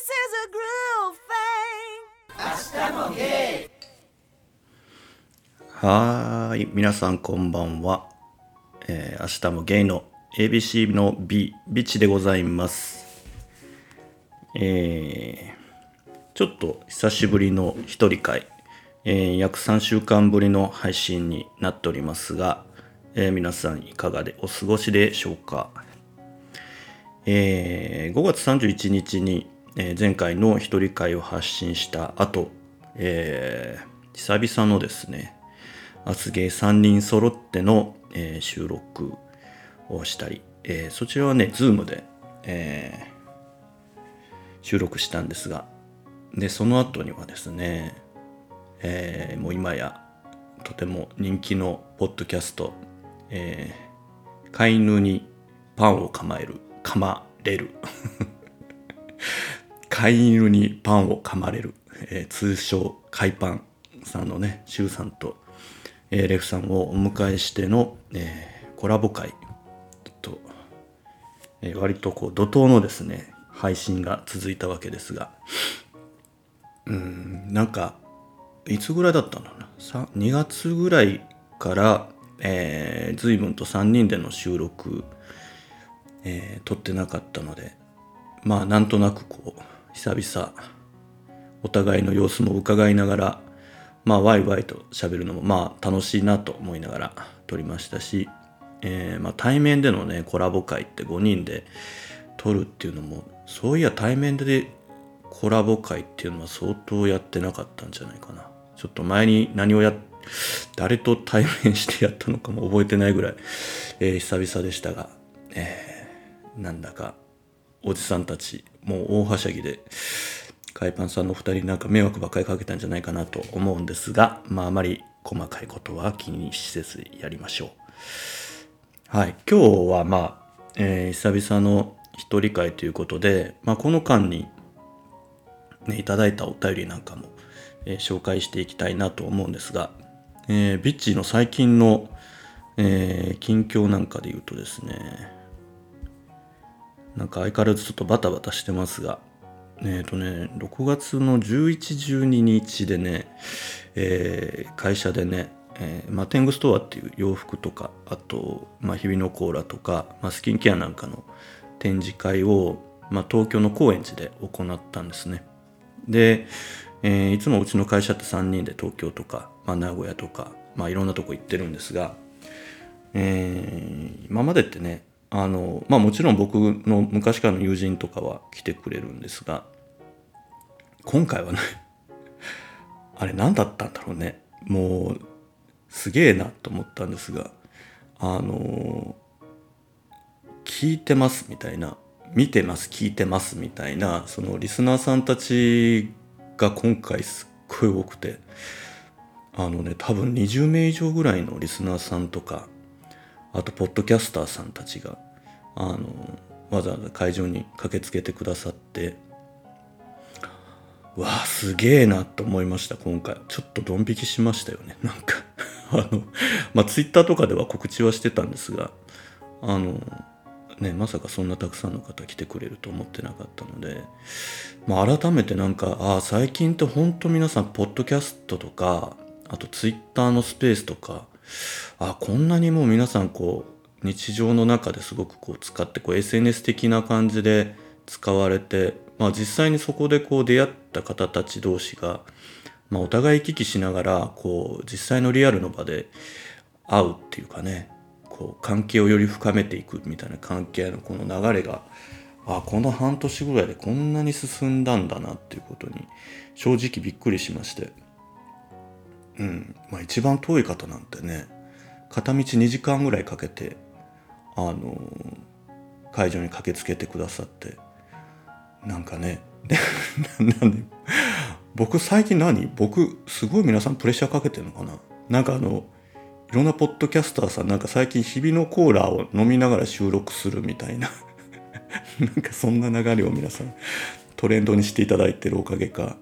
is a groove thing. 明日もゲイ。皆さんこんばんは。明日もゲイの ABC の ビッチでございます。ちょっと久しぶりの一人会、約3週間ぶりの配信になっておりますが、皆さんいかがでお過ごしでしょうか。5月31日に、前回の一人会を発信した後、久々のですね、アスゲー3人揃っての、収録をしたり、そちらはね、ズームで、収録したんですが、でその後にはですね、もう今やとても人気のポッドキャスト、飼い犬にパンを噛まれる飼い犬にパンを噛まれる、通称飼いパンさんのね、シュウさんと、レフさんをお迎えしての、コラボ会と、割とこう怒涛のですね配信が続いたわけですが、なんかいつぐらいだったんだろうな、2月ぐらいから、随分と3人での収録、撮ってなかったので、まあなんとなくこう久々お互いの様子も伺いながら、まあワイワイと喋るのもまあ楽しいなと思いながら撮りましたし、まあ対面でのねコラボ会って5人で撮るっていうのも、そういや対面でコラボ会っていうのは相当やってなかったんじゃないかな。ちょっと前に誰と対面してやったのかも覚えてないぐらい、久々でしたが、なんだかおじさんたちもう大はしゃぎで海パンさんの2人なんか迷惑ばっかりかけたんじゃないかなと思うんですが、まああまり細かいことは気にせずやりましょう。はい、今日はまあ、久々の一人会ということで、まあこの間にねいただいたお便りなんかも、紹介していきたいなと思うんですが、ビッチーの最近の、近況なんかで言うとですね、なんか相変わらずちょっとバタバタしてますが、6月の11、12日でね、会社でね、テングストアっていう洋服とか、あと、日々のコーラとか、スキンケアなんかの展示会を、東京の高円寺で行ったんですね。で、いつもうちの会社って3人で東京とか、名古屋とか、いろんなとこ行ってるんですが、今までってね、もちろん僕の昔からの友人とかは来てくれるんですが、今回はねあれ何だったんだろうね、もうすげえなと思ったんですが、聞いてますみたいな、見てます聞いてますみたいな、そのリスナーさんたちが今回すっごい多くて、多分20名以上ぐらいのリスナーさんとか、あとポッドキャスターさんたちがわざわざ会場に駆けつけてくださって、わあすげえなと思いました。今回ちょっとドン引きしましたよね。なんかツイッターとかでは告知はしてたんですが、まさかそんなたくさんの方来てくれると思ってなかったので、改めてなんか最近って本当皆さんポッドキャストとか、あとツイッターのスペースとか、こんなにもう皆さんこう日常の中ですごくこう使ってこう SNS 的な感じで使われて、実際にそこでこう出会った方たち同士が、お互い行き来しながらこう実際のリアルの場で会うっていうかね、こう関係をより深めていくみたいな関係のこの流れが、この半年ぐらいでこんなに進んだんだなっていうことに正直びっくりしまして、一番遠い方なんてね、片道2時間ぐらいかけて会場に駆けつけてくださって、なんかね僕最近すごい皆さんプレッシャーかけてるのかな。なんかいろんなポッドキャスターさんなんか最近日々のコーラを飲みながら収録するみたいななんかそんな流れを皆さんトレンドにしていただいてるおかげか、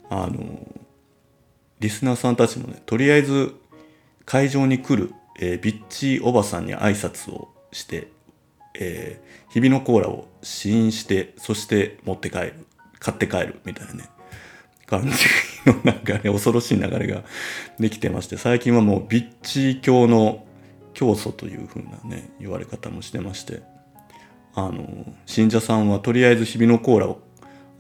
リスナーさんたちもね、とりあえず会場に来る、ビッチおばさんに挨拶をして、日々のコーラを試飲して、そして持って帰る買って帰るみたいなね感じのなんかね恐ろしい流れができてまして、最近はもうビッチ教の教祖という風なね言われ方もしてまして、信者さんはとりあえず日々のコーラを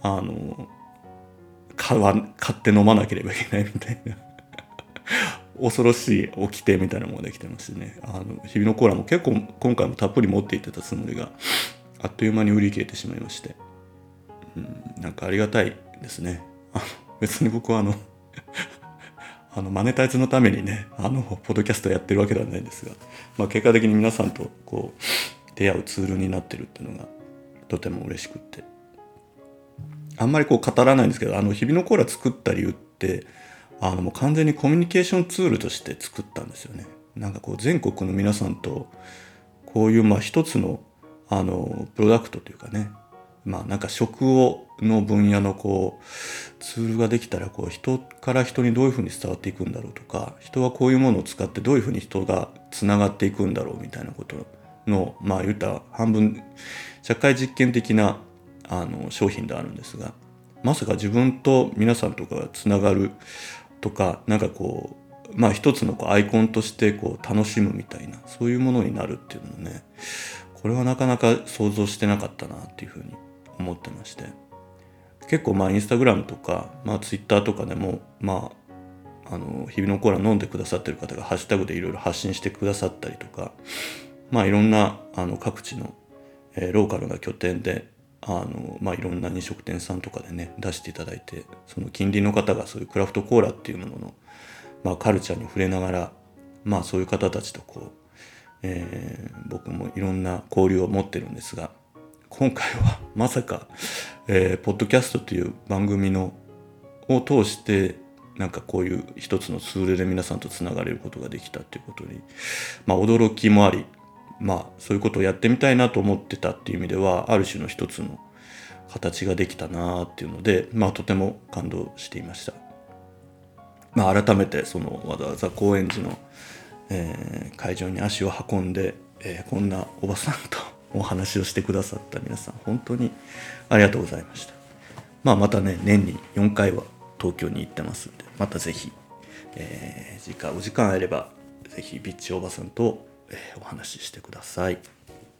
買って飲まなければいけないみたいな恐ろしい掟みたいなのもできてましてね、日々のコーラも結構今回もたっぷり持っていってたつもりがあっという間に売り切れてしまいまして、なんかありがたいですね。別に僕はマネタイズのためにねポッドキャストやってるわけではないんですが、結果的に皆さんとこう出会うツールになってるっていうのがとても嬉しくって、あんまりこう語らないんですけど、日々のコーラ作った理由ってもう完全にコミュニケーションツールとして作ったんですよね。なんかこう全国の皆さんとこういう一つのプロダクトというかね、なんか食の分野のこうツールができたらこう人から人にどういうふうに伝わっていくんだろうとか、人はこういうものを使ってどういうふうに人がつながっていくんだろうみたいなことの言ったら半分社会実験的な商品であるんですが、まさか自分と皆さんとかがつながるとか、なんかこう一つのこうアイコンとしてこう楽しむみたいな、そういうものになるっていうのもね、これはなかなか想像してなかったなっていうふうに思ってまして、結構インスタグラムとかツイッターとかでも日々のコーラ飲んでくださってる方がハッシュタグでいろいろ発信してくださったりとか、いろんな各地の、ローカルな拠点でいろんな飲食店さんとかでね出していただいて、その近隣の方がそういうクラフトコーラっていうものの、カルチャーに触れながら、そういう方たちとこう、僕もいろんな交流を持ってるんですが、今回はまさか、ポッドキャストという番組を通してなんかこういう一つのツールで皆さんとつながれることができたっていうことに、驚きもあり、そういうことをやってみたいなと思ってたっていう意味では、ある種の一つの形ができたなっていうので、とても感動していました。改めてそのわざわざ高円寺の、会場に足を運んで、こんなおばさんとお話をしてくださった皆さん、本当にありがとうございました。またね、年に4回は東京に行ってますんで、またぜひ、お時間あればぜひビッチおばさんと、お話ししてください。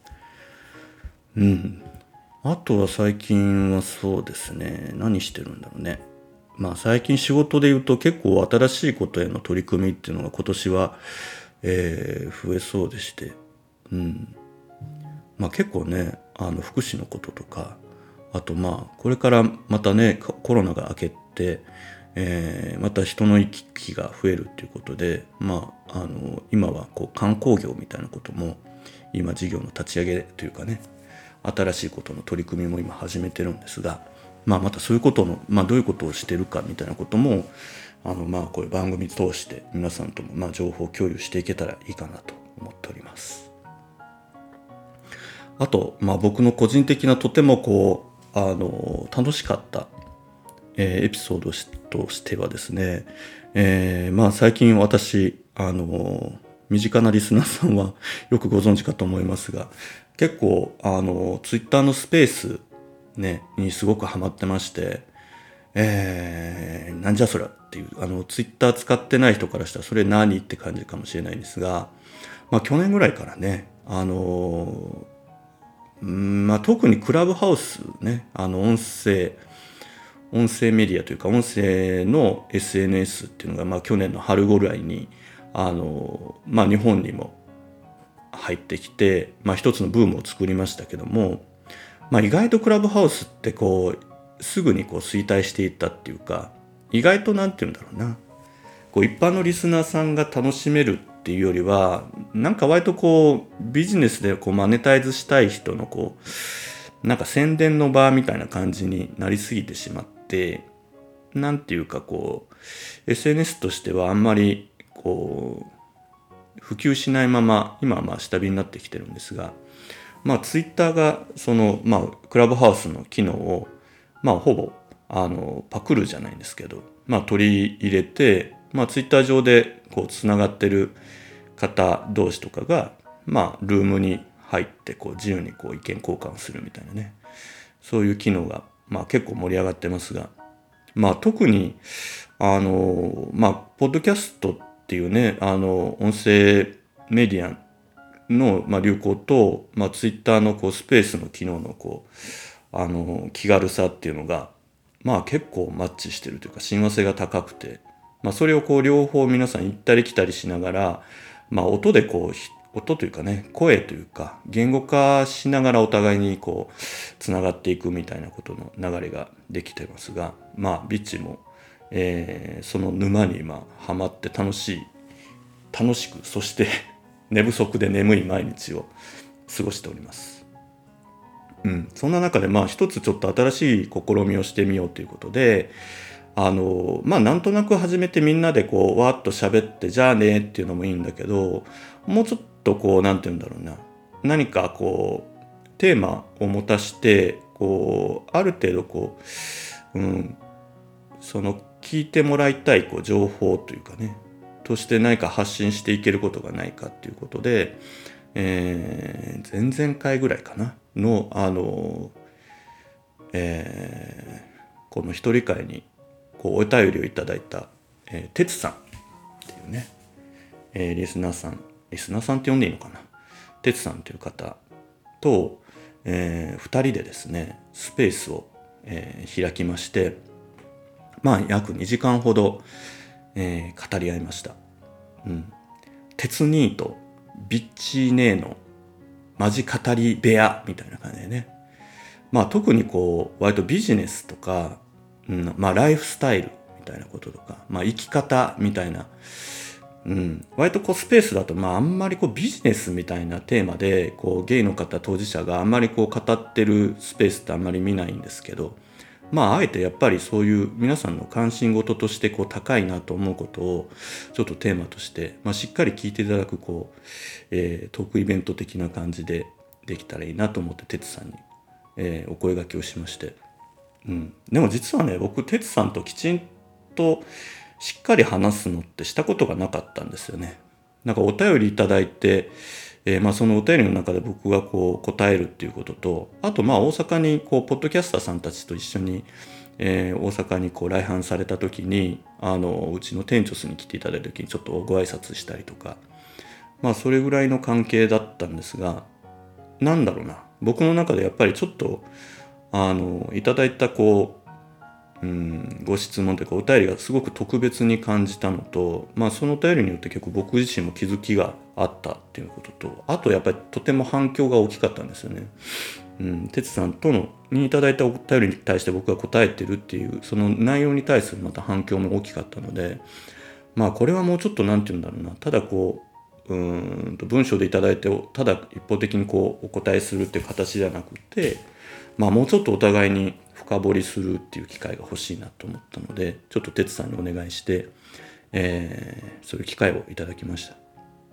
あとは最近はそうですね、何してるんだろうね。最近仕事で言うと結構新しいことへの取り組みっていうのが今年は、増えそうでして、結構ね福祉のこととか、あとこれからまたねコロナが明けて、また人の行き来が増えるっていうことで、今はこう観光業みたいなことも今事業の立ち上げというかね、新しいことの取り組みも今始めてるんですが、またそういうことの、どういうことをしてるかみたいなこともこういう番組通して皆さんとも情報共有していけたらいいかなと思っております。あと僕の個人的なとてもこう楽しかったエピソードとしてはですね、最近私身近なリスナーさんはよくご存知かと思いますが、結構ツイッターのスペースねにすごくハマってまして、なんじゃそりゃっていうツイッター使ってない人からしたらそれ何って感じかもしれないんですが、去年ぐらいからね特にクラブハウスね、音声メディアというか音声の SNS っていうのが去年の春ぐらいに日本にも入ってきて、一つのブームを作りましたけども、意外とクラブハウスってこうすぐにこう衰退していったっていうか、意外となんていうんだろうな、こう一般のリスナーさんが楽しめるっていうよりは、なんか割とこうビジネスでこうマネタイズしたい人のこうなんか宣伝の場みたいな感じになりすぎてしまって、なんていうかこう SNS としてはあんまりこう普及しないまま今は下火になってきてるんですが、ツイッターがそのクラブハウスの機能をほぼパクるじゃないんですけど、取り入れて、ツイッター上でこうつながってる方同士とかがルームに入ってこう自由にこう意見交換をするみたいなね、そういう機能が結構盛り上がってますが、特にポッドキャストっていうね、音声メディアの、流行と、ツイッターのスペースの機能の気軽さっていうのが、結構マッチしてるというか、親和性が高くて、それを両方皆さん行ったり来たりしながら、音で音というかね、声というか、言語化しながらお互いにつながっていくみたいなことの流れができてますが、ビッチも、その沼に今ハマって楽しく、そして寝不足で眠い毎日を過ごしております。そんな中で一つちょっと新しい試みをしてみようということで、なんとなく始めてみんなでわーっと喋ってじゃあねっていうのもいいんだけど、もうちょっとなんて言うんだろうな、何かテーマを持たしてある程度その聞いてもらいたい情報というかねとして何か発信していけることがないかっていうことで、前々回ぐらいかなのこの一人会にお便りをいただいた、てつさんっていうね、リスナーさんって呼んでいいのかな、てつさんという方と、2人でですねスペースを、開きまして、約2時間ほど、語り合いました。てつ兄とビッチ姉のマジ語り部屋みたいな感じでね、特に割とビジネスとか、ライフスタイルみたいなこととか、生き方みたいな、割とスペースだとあんまりビジネスみたいなテーマでゲイの方当事者があんまり語ってるスペースってあんまり見ないんですけど、あえてやっぱりそういう皆さんの関心事として高いなと思うことをちょっとテーマとして、しっかり聞いていただくトークイベント的な感じでできたらいいなと思って哲さんに、お声掛けをしまして、でも実はね僕哲さんときちんとしっかり話すのってしたことがなかったんですよね。なんかお便りいただいて、そのお便りの中で僕が答えるっていうことと、あと大阪にポッドキャスターさんたちと一緒に、大阪に来阪された時にうちの店長に来ていただいた時にちょっとご挨拶したりとか、それぐらいの関係だったんですが、なんだろうな、僕の中でやっぱりちょっといただいたご質問というかお便りがすごく特別に感じたのと、そのお便りによって結構僕自身も気づきがあったっていうことと、あとやっぱりとても反響が大きかったんですよね。哲さんとにいただいたお便りに対して僕が答えてるっていうその内容に対するまた反響も大きかったので、これはもうちょっとなんて言うんだろうな、ただ文章でいただいてただ一方的にお答えするっていう形じゃなくて、もうちょっとお互いに深掘りするっていう機会が欲しいなと思ったので、ちょっと哲さんにお願いして、そういう機会をいただきました。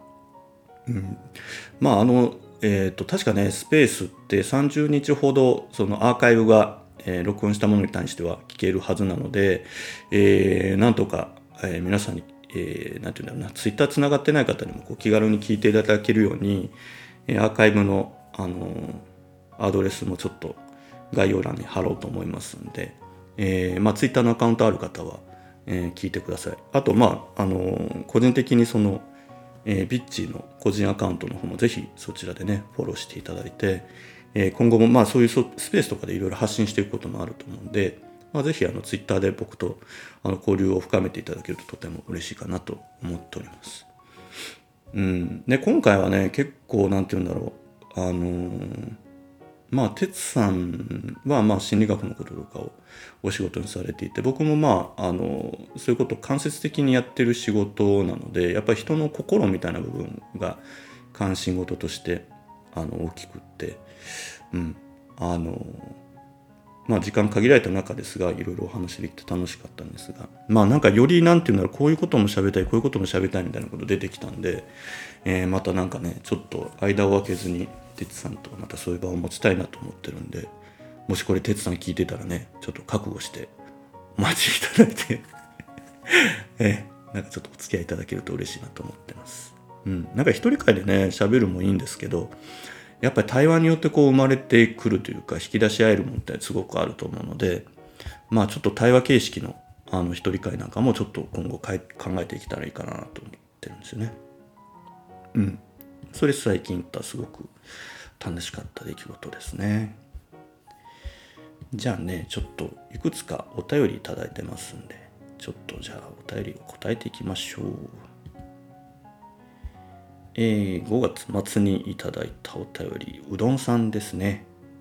確かねスペースって30日ほどそのアーカイブが、録音したものに対しては聞けるはずなので、なんとか、皆さんに、なんていうんだろうな、ツイッターつながってない方にも気軽に聞いていただけるように、アーカイブの、アドレスもちょっと概要欄に貼ろうと思いますんで、ツイッターのアカウントある方は、聞いてください。あと個人的にそのビッチーの個人アカウントの方もぜひそちらでねフォローしていただいて、今後もそういうスペースとかでいろいろ発信していくこともあると思うんで、ぜひツイッターで僕と交流を深めていただけるととても嬉しいかなと思っております。で今回はね結構なんて言うんだろう、哲さんは心理学のこととかをお仕事にされていて、僕もそういうことを間接的にやってる仕事なので、やっぱり人の心みたいな部分が関心事として大きくって、時間限られた中ですがいろいろお話できて楽しかったんですが、なんかよりなんていうんだろう、こういうことも喋りたいこういうことも喋りたいみたいなこと出てきたんで、またなんかねちょっと間を空けずに哲さんとまたそういう場を持ちたいなと思ってるんで、もしこれ哲さん聞いてたらねちょっと覚悟してお待ちいただいてなんかちょっとお付き合いいただけると嬉しいなと思ってます。なんか一人会でね喋るもいいんですけど、 やっぱり対話によってこう生まれてくるというか、引き出し合えるものってすごくあると思うので、まあちょっと対話形式の一人会なんかもちょっと今後考えていけたらいいかなと思ってるんですよね。それ最近言ったすごく楽しかった出来事ですね。じゃあね、ちょっといくつかお便りいただいてますんで、ちょっとじゃあお便りを答えていきましょう。5月末にいただいたお便り、うどんさんですね。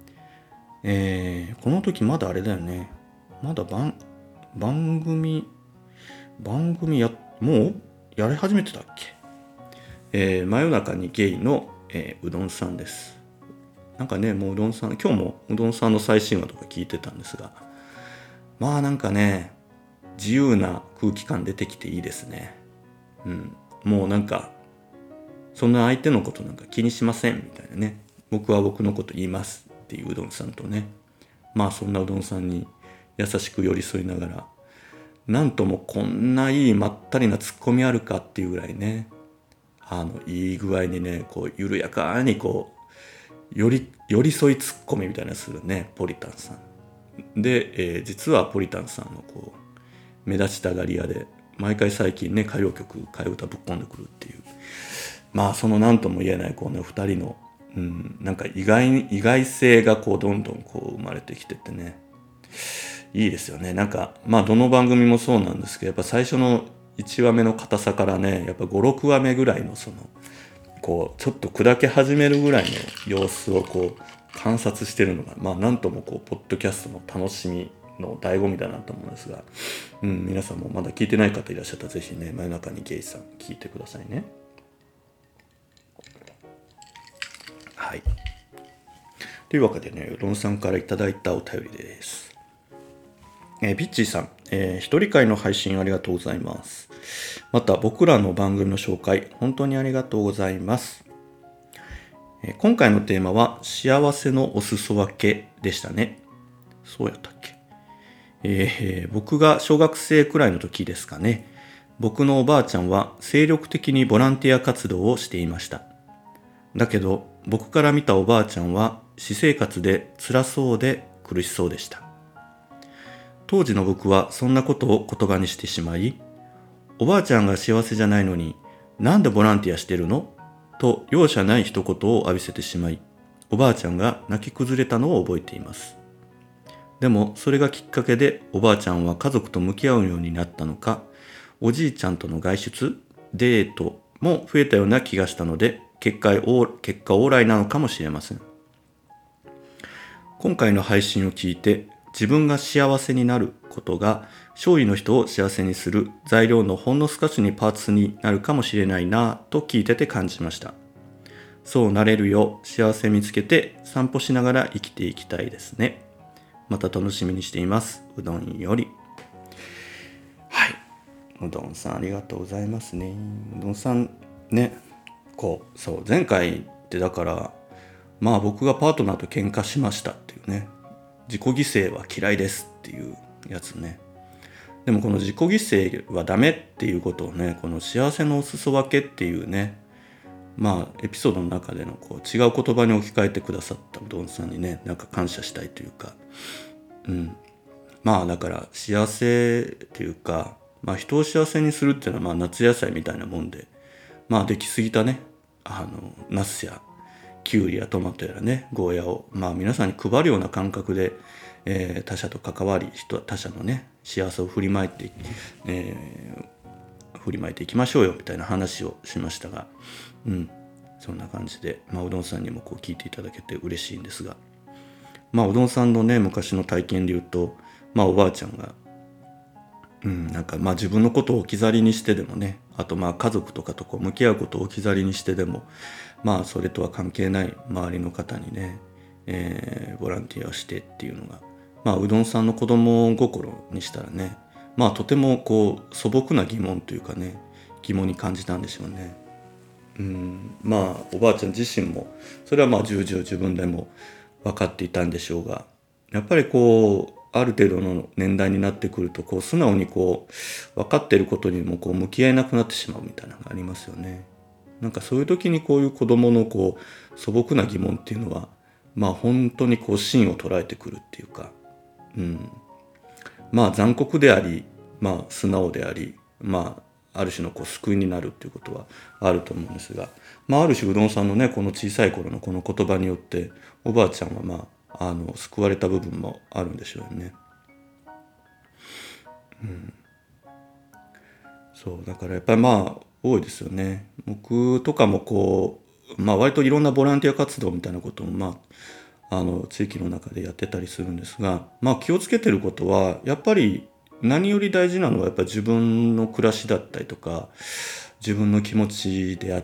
この時まだあれだよね。まだ番組もうやり始めてたっけ。真夜中にゲイの、うどんさんです。なんかね、もううどんさん、今日もうどんさんの最新話とか聞いてたんですが、まあなんかね、自由な空気感出てきていいですね。もうなんか、そんな相手のことなんか気にしませんみたいなね。僕は僕のこと言いますっていううどんさんとね。まあそんなうどんさんに優しく寄り添いながら、なんともこんないいまったりなツッコミあるかっていうぐらいね、いい具合にね、こう緩やかにこう寄り添いツッコミみたいなするね、ポリタンさんで、実はポリタンさんのこう目立ちたがり屋で、毎回最近ね歌謡曲替え歌ぶっ込んでくるっていう、まあその何とも言えないこうね2人の、なんか意外性がこうどんどんこう生まれてきててね、いいですよね。なんかまあどの番組もそうなんですけど、やっぱ最初の1話目の硬さからね、やっぱ5、6話目ぐらいのそのこうちょっと砕け始めるぐらいの様子をこう観察してるのが、まあなんともこうポッドキャストの楽しみの醍醐味だなと思うんですが、皆さんもまだ聞いてない方いらっしゃったらぜひね、真夜中にゲイさん聞いてくださいね。はい。というわけでね、うどんさんからいただいたお便りです。ビッチーさん、一人会の配信ありがとうございます。また僕らの番組の紹介、本当にありがとうございます。今回のテーマは幸せのお裾分けでしたね。そうやったっけ。僕が小学生くらいの時ですかね。僕のおばあちゃんは精力的にボランティア活動をしていました。だけど僕から見たおばあちゃんは私生活で辛そうで苦しそうでした。当時の僕はそんなことを言葉にしてしまい、おばあちゃんが幸せじゃないのになんでボランティアしてるのと容赦ない一言を浴びせてしまい、おばあちゃんが泣き崩れたのを覚えています。でもそれがきっかけでおばあちゃんは家族と向き合うようになったのか、おじいちゃんとの外出、デートも増えたような気がしたので、結果オーライなのかもしれません。今回の配信を聞いて、自分が幸せになることが周囲の人を幸せにする材料のほんの少しにパーツになるかもしれないなぁと聞いてて感じました。そうなれるよう幸せ見つけて散歩しながら生きていきたいですね。また楽しみにしています。うどんより。はい。うどんさんありがとうございますね。うどんさんね、そう前回ってだからまあ僕がパートナーと喧嘩しましたっていうね、自己犠牲は嫌いですっていうやつね。でもこの自己犠牲はダメっていうことをね、この幸せのお裾分けっていうね、まあエピソードの中でのこう違う言葉に置き換えてくださったうどんさんにね、なんか感謝したいというか、まあだから幸せっていうか、まあ人を幸せにするっていうのはまあ夏野菜みたいなもんで、まあできすぎたね、ナスやキュウリやトマトやらね、ゴーヤをまあ皆さんに配るような感覚で、他者と関わり、他者のね幸せを振りまいていきましょうよみたいな話をしましたが、そんな感じで、まあうどんさんにもこう聞いていただけて嬉しいんですが、まあうどんさんのね昔の体験で言うと、まあおばあちゃんがなんかまあ自分のことを置き去りにしてでもね、あとまあ家族とかとこう向き合うことを置き去りにしてでも、まあそれとは関係ない周りの方にね、ボランティアをしてっていうのが、まあうどんさんの子供心にしたらね、まあとてもこう素朴な疑問というかね、疑問に感じたんでしょうね。まあおばあちゃん自身もそれはまあ重々自分でも分かっていたんでしょうが、やっぱりこうある程度の年代になってくるとこう素直にこう分かっていることにもこう向き合えなくなってしまうみたいなのがありますよね。 なんかそういう時にこういう子供のこう素朴な疑問っていうのは本当にこう真を捉えてくるっていうか、残酷であり素直でありある種のこう救いになるっていうことはあると思うんですが、ある種うどんさんのねこの小さい頃のこの言葉によっておばあちゃんは救われた部分もあるんでしょうよね。そうだからやっぱり多いですよね。僕とかもこう割といろんなボランティア活動みたいなことも地域の中でやってたりするんですが、気をつけてることはやっぱり何より大事なのはやっぱり自分の暮らしだったりとか自分の気持ちであって、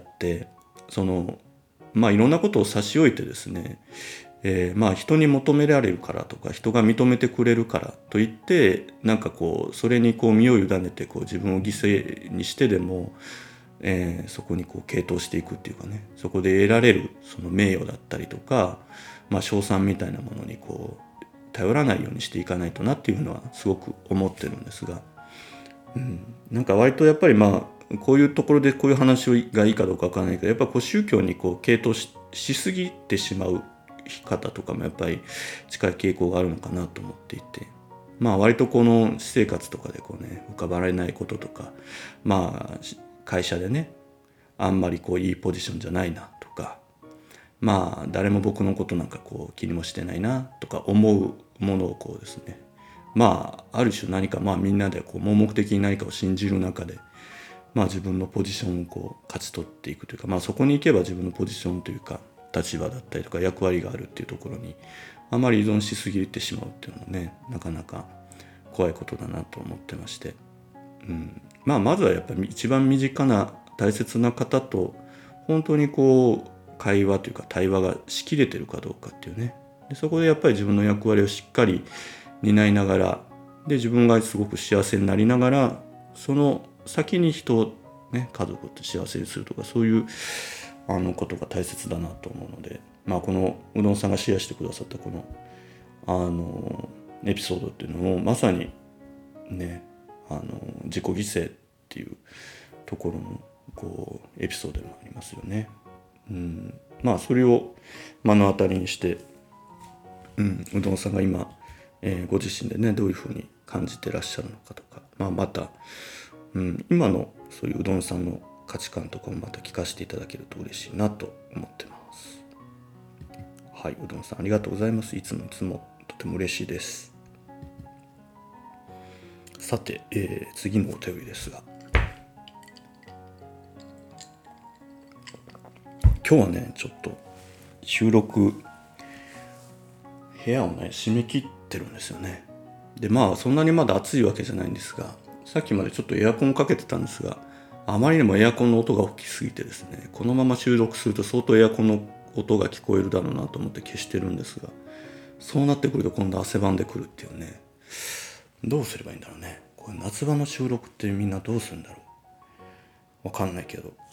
いろんなことを差し置いてですね、人に求められるからとか人が認めてくれるからといってなんかこうそれにこう身を委ねてこう自分を犠牲にしてでも、そこにこう傾倒していくっていうかね、そこで得られるその名誉だったりとか称賛みたいなものにこう頼らないようにしていかないとなっていうのはすごく思ってるんですが、なんか割とやっぱりこういうところでこういう話がいいかどうかわからないけど、やっぱこう宗教にこう傾倒 しすぎてしまう生き方とかもやっぱり近い傾向があるのかなと思っていて、割とこの私生活とかでこうね浮かばれないこととか会社でねあんまりこういいポジションじゃないなとか誰も僕のことなんかこう気にもしてないなとか思うものをこうですねある種何かみんなでこう盲目的に何かを信じる中で自分のポジションをこう勝ち取っていくというかそこに行けば自分のポジションというか立場だったりとか役割があるっていうところにあまり依存しすぎてしまうっていうのもねなかなか怖いことだなと思ってまして、まずはやっぱり一番身近な大切な方と本当にこう会話というか対話がしきれてるかどうかっていうね、でそこでやっぱり自分の役割をしっかり担いながらで自分がすごく幸せになりながらその先に人をね家族って幸せにするとかそういうことが大切だなと思うので、このうどんさんがシェアしてくださったこのエピソードっていうのもまさにね自己犠牲っていうところのこうエピソードでもありますよね。それを目の当たりにして、うどんさんが今、ご自身でねどういうふうに感じてらっしゃるのかとか、また、今のそういううどんさんの価値観とかもまた聞かせていただけると嬉しいなと思ってます。はい、うどんさんありがとうございます。いつもとても嬉しいです。さて、次のお便りですが、今日はねちょっと収録部屋をね締め切ってるんですよね。でそんなにまだ暑いわけじゃないんですが、さっきまでちょっとエアコンかけてたんですがあまりにもエアコンの音が大きすぎてですね、このまま収録すると相当エアコンの音が聞こえるだろうなと思って消してるんですが、そうなってくると今度汗ばんでくるっていうね、どうすればいいんだろうね。これ夏場の収録ってみんなどうするんだろう、わかんないけど、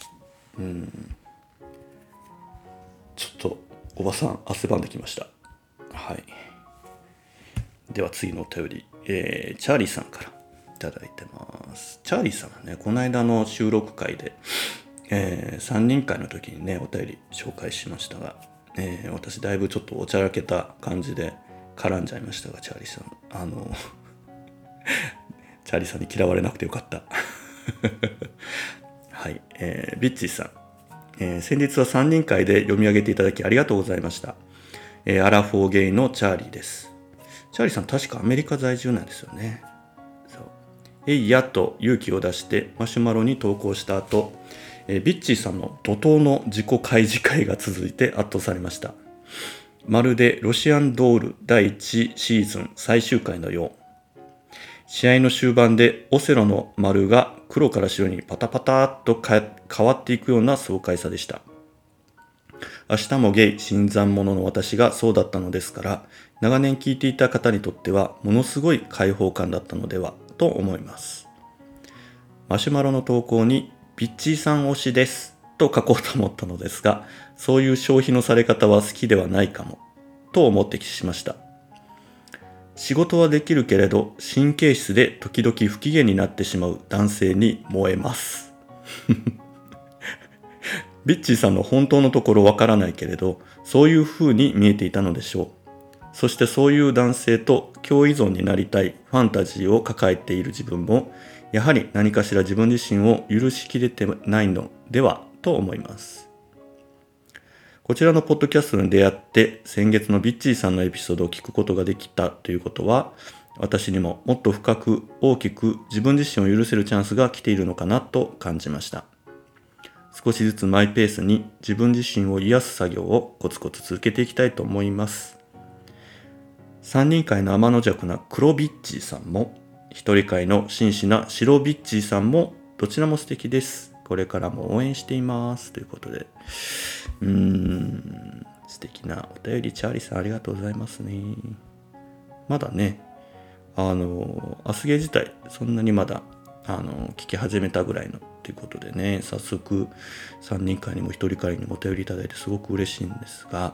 ちょっとおばさん汗ばんできました。はい、では次のお便り、チャーリーさんからいただいてます。チャーリーさんはねこの間の収録会で、3人会の時にねお便り紹介しましたが、私だいぶちょっとおちゃらけた感じで絡んじゃいましたが、チャーリーさんチャーリーさんに嫌われなくてよかったはい、ビッチーさん、先日は3人会で読み上げていただきありがとうございました。アラフォーゲイのチャーリーです。チャーリーさん確かアメリカ在住なんですよね。そうやっと勇気を出してマシュマロに投稿した後、ビッチーさんの怒涛の自己開示会が続いて圧倒されました。まるでロシアンドール第1シーズン最終回のよう。試合の終盤でオセロの丸が黒から白にパタパタっと変わっていくような爽快さでした。明日もゲイ新参者の私がそうだったのですから、長年聞いていた方にとってはものすごい開放感だったのではと思います。マシュマロの投稿にビッチーさん推しですと書こうと思ったのですが、そういう消費のされ方は好きではないかもと思ってしました。仕事はできるけれど神経質で時々不機嫌になってしまう男性に燃えますビッチーさんの本当のところわからないけれど、そういう風に見えていたのでしょう。そしてそういう男性と共依存になりたいファンタジーを抱えている自分も、やはり何かしら自分自身を許しきれてないのではと思います。こちらのポッドキャストに出会って先月のビッチーさんのエピソードを聞くことができたということは、私にももっと深く大きく自分自身を許せるチャンスが来ているのかなと感じました。少しずつマイペースに自分自身を癒す作業をコツコツ続けていきたいと思います。三人会の天の弱な黒ビッチーさんも、一人会の紳士な白ビッチーさんも、どちらも素敵です。これからも応援しています。ということで。素敵なお便り、チャーリーさんありがとうございますね。まだね、アスゲー自体、そんなにまだ、聞き始めたぐらいのということでね、早速、三人会にも一人会にもお便りいただいてすごく嬉しいんですが、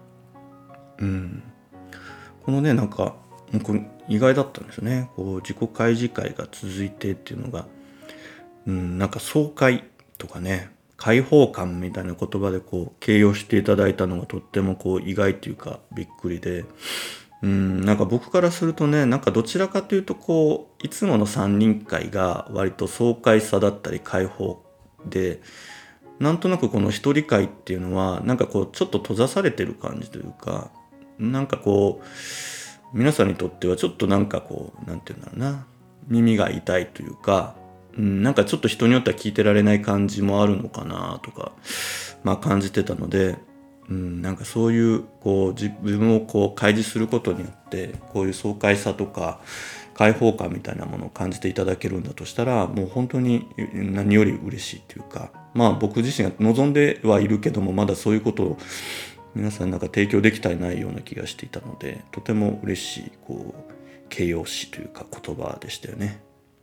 このね、なんか、これ意外だったんですよね。こう自己開示会が続いてっていうのが、なんか爽快とかね、解放感みたいな言葉でこう形容していただいたのがとってもこう意外というかびっくりで、なんか僕からするとね、なんかどちらかというとこういつもの三人会が割と爽快さだったり解放で、なんとなくこの一人会っていうのはなんかこうちょっと閉ざされてる感じというか、なんかこう皆さんにとってはちょっとなんかこうなんていうんだろうな、耳が痛いというか、なんかちょっと人によっては聞いてられない感じもあるのかなとか、感じてたので、なんかそういうこう自分をこう開示することによってこういう爽快さとか解放感みたいなものを感じていただけるんだとしたら、もう本当に何より嬉しいというか、僕自身が望んではいるけども、まだそういうことを皆さんなんか提供できたりないような気がしていたので、とても嬉しいこう形容詞というか言葉でしたよね。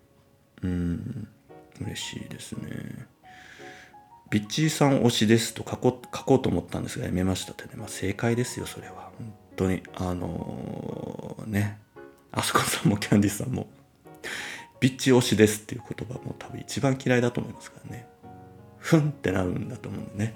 嬉しいですね。ビッチーさん推しですと書こうと思ったんですがやめましたってね。正解ですよ、それは。本当にあそこさんもキャンディーさんもビッチ推しですっていう言葉も多分一番嫌いだと思いますからね。ふんってなるんだと思うんでね。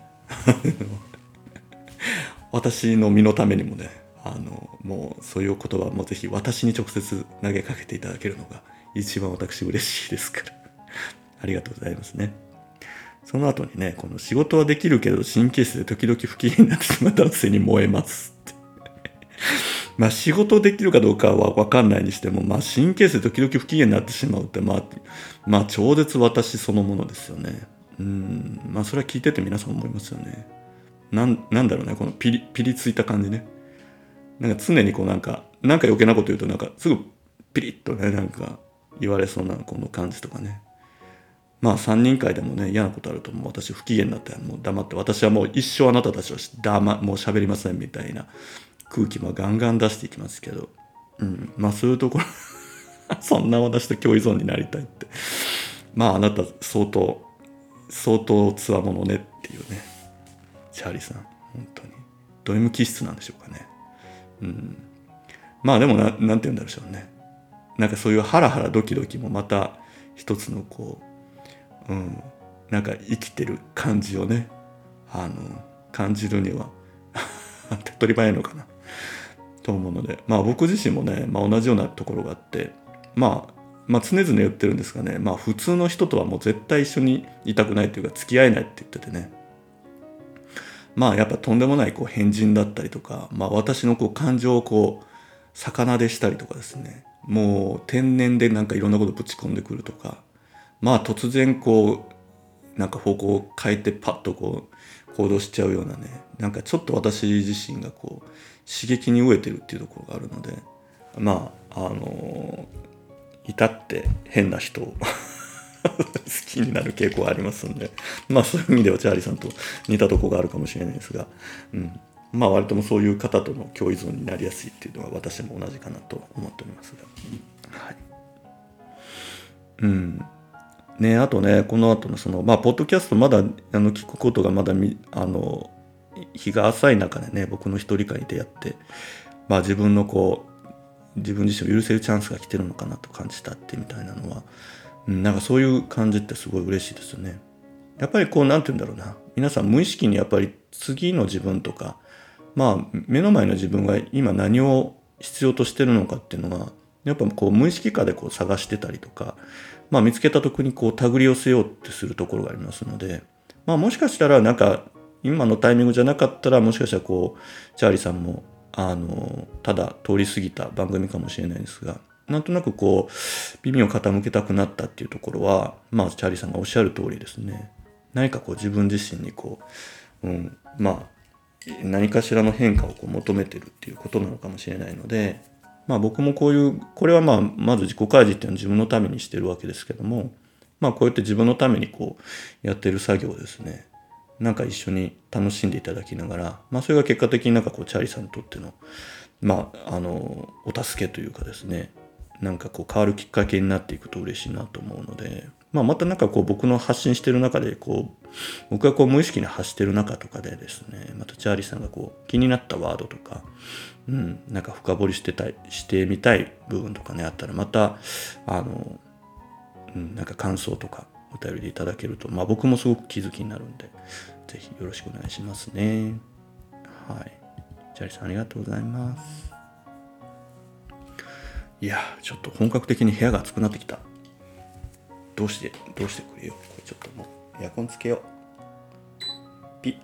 私の身のためにもね、もうそういう言葉もぜひ私に直接投げかけていただけるのが一番私嬉しいですからありがとうございますね。その後にね、この仕事はできるけど神経質で時々不機嫌になってしまう男性に燃えますって仕事できるかどうかは分かんないにしても、神経質で時々不機嫌になってしまうって超絶私そのものですよね。それは聞いてて皆さん思いますよね。なんだろうね、このピリついた感じね。なんか常にこうなんか余計なこと言うとなんかすぐピリッとね、なんか言われそうなこの感じとかね。3人会でもね、嫌なことあるともう私不機嫌になってもう黙って、私はもう一生あなたたちはもう喋りませんみたいな空気もガンガン出していきますけど、そういうところそんな私と共依存になりたいってあなた相当つわものねっていうね。チャーリーさん本当にド M 気質なんでしょうかね。でもなんて言うんだろうね、なんかそういうハラハラドキドキもまた一つのこうなんか生きてる感じをね、感じるには手っ取り早いのかなと思うので、僕自身もね、同じようなところがあって、常々言ってるんですがね、普通の人とはもう絶対一緒にいたくないというか付き合えないって言っててね、やっぱとんでもないこう変人だったりとか、私のこう感情をこう魚でしたりとかですね、もう天然でなんかいろんなことぶち込んでくるとか、突然こうなんか方向を変えてパッとこう行動しちゃうようなね、なんかちょっと私自身がこう刺激に飢えてるっていうところがあるので、至って変な人を好きになる傾向がありますので、そういう意味ではチャーリーさんと似たところがあるかもしれないですが、割ともそういう方との共依存になりやすいっていうのは私も同じかなと思っておりますが、あとね、この後のそのポッドキャストまだ聞くことがまだ日が浅い中でね、僕の一人会に出会って、自分自身を許せるチャンスが来てるのかなと感じたってみたいなのは、なんかそういう感じってすごい嬉しいですよね。 やっぱりこうなんて言うんだろうな、皆さん無意識にやっぱり次の自分とか、まあ目の前の自分が今何を必要としてるのかっていうのがやっぱこう無意識下でこう探してたりとか、まあ見つけた時にこう手繰り寄せようってするところがありますので、まあもしかしたらなんか今のタイミングじゃなかったらもしかしたらこうチャーリーさんもただ通り過ぎた番組かもしれないですが、なんとなくこう耳を傾けたくなったっていうところは、まあチャーリーさんがおっしゃる通りですね。何かこう自分自身にこう、まあ何かしらの変化をこう求めてるっていうことなのかもしれないので、まあ僕もこれはまあまず自己開示っていうのは自分のためにしてるわけですけども、まあこうやって自分のためにこうやってる作業をですね、なんか一緒に楽しんでいただきながら、まあそれが結果的になんかこうチャーリーさんにとってのまあお助けというかですね、なんかこう変わるきっかけになっていくと嬉しいなと思うので、まあまたなんかこう僕の発信してる中でこう僕がこう無意識に発してる中とかでですね、またチャーリーさんがこう気になったワードとか、なんか深掘りしてみたい部分とかねあったら、またなんか感想とかお便りでいただけると、まあ僕もすごく気づきになるんで、ぜひよろしくお願いしますね。はい。チャーリーさんありがとうございます。いや、ちょっと本格的に部屋が暑くなってきた。どうしてくれよ。これちょっともうエアコンつけよう。ピ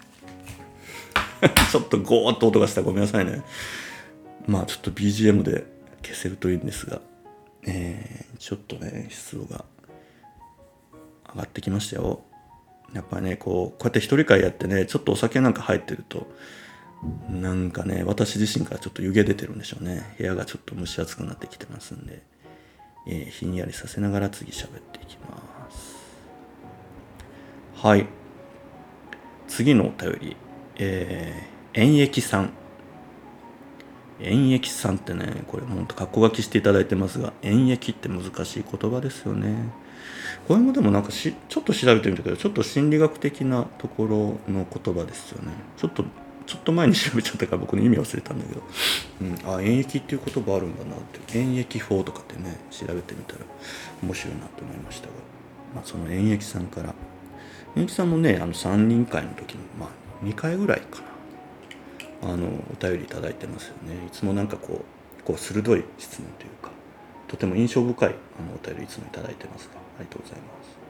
ッ。ちょっとゴーッと音がした。ごめんなさいね。まあちょっと BGM で消せるといいんですが、ちょっとね、湿度が上がってきましたよ。やっぱりね、こうやって一人会やってね、ちょっとお酒なんか入ってると、なんかね、私自身からちょっと湯気出てるんでしょうね。部屋がちょっと蒸し暑くなってきてますんで、ひんやりさせながら次喋っていきます。はい。次のお便り、演疫さん。演疫さんってね、これほんと格好書きしていただいてますが、演疫って難しい言葉ですよね。これもでもなんかちょっと調べてみたけど、ちょっと心理学的なところの言葉ですよね。ちょっと前に調べちゃったから僕の意味忘れたんだけど、演疫っていう言葉あるんだなって、演疫法とかってね、調べてみたら面白いなと思いましたが、まあその演疫さんから、演疫さんもね、3人会の時に、まあ2回ぐらいかな。お便りいただいてますよね。いつもなんかこう鋭い質問というか、とても印象深いお便りいつもいただいてますが、ありがとうござい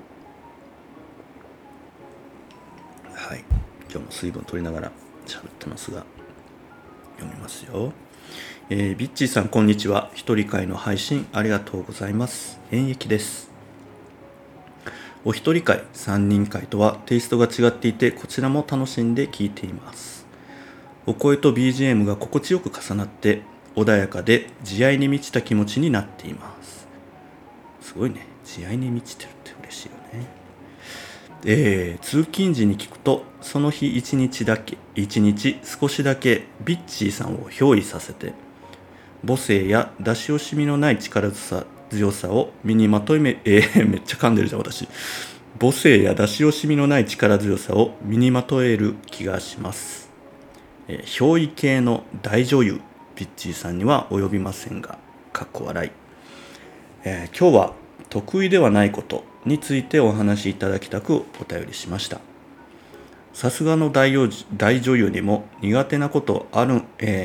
ます。はい、今日も水分取りながら喋ってますが、読みますよ。ビッチーさんこんにちは。一人会の配信ありがとうございます。演疫です。お一人会、三人会とはテイストが違っていて、こちらも楽しんで聞いています。お声と BGM が心地よく重なって穏やかで慈愛に満ちた気持ちになっています。すごいね、慈愛に満ちてるって嬉しいよね。通勤時に聞くとその日一日少しだけビッチーさんを憑依させて母性や出し惜しみのない力強さを身にまとめっちゃ噛んでるじゃん私。母性や出し惜しみのない力強さを身にまとえる気がします。憑依系の大女優ビッチーさんには及びませんが、かっこ笑い。今日は得意ではないことについてお話しいただきたくお便りしました。さすがの大女優にも苦手なことある、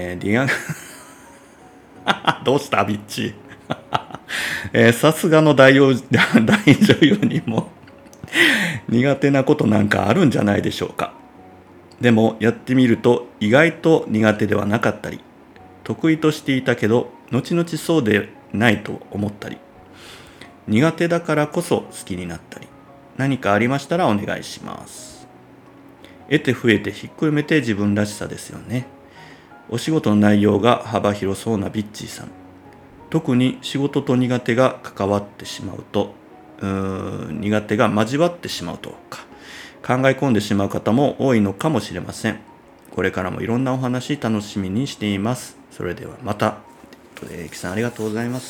どうしたビッチー、さすがの大女優にも苦手なことなんかあるんじゃないでしょうか。でもやってみると意外と苦手ではなかったり、得意としていたけど後々そうでないと思ったり、苦手だからこそ好きになったり、何かありましたらお願いします。得て増えてひっくるめて自分らしさですよね。お仕事の内容が幅広そうなビッチーさん、特に仕事と苦手が関わってしまうと苦手が交わってしまうとか考え込んでしまう方も多いのかもしれません。これからもいろんなお話楽しみにしています。それではまた。ということで、エキさんありがとうございます。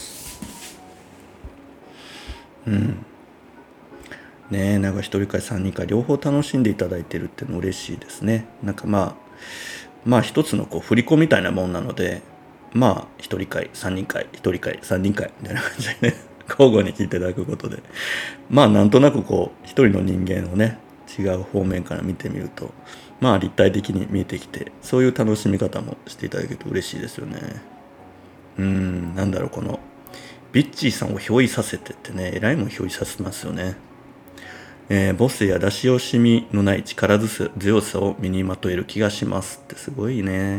ねえ、なんか一人会三人会両方楽しんでいただいてるっていうの嬉しいですね。なんかまあ一つのこう振り子みたいなもんなので、まあ一人会三人会一人会三人会みたいな感じでね交互に聞いていただくことで、まあなんとなくこう一人の人間をね、違う方面から見てみると、まあ立体的に見えてきて、そういう楽しみ方もしていただけると嬉しいですよね。なんだろう、このビッチーさんを憑依させてってね、えらいもん憑依させますよね。母性や出し惜しみのない力強さを身にまとえる気がしますってすごいね。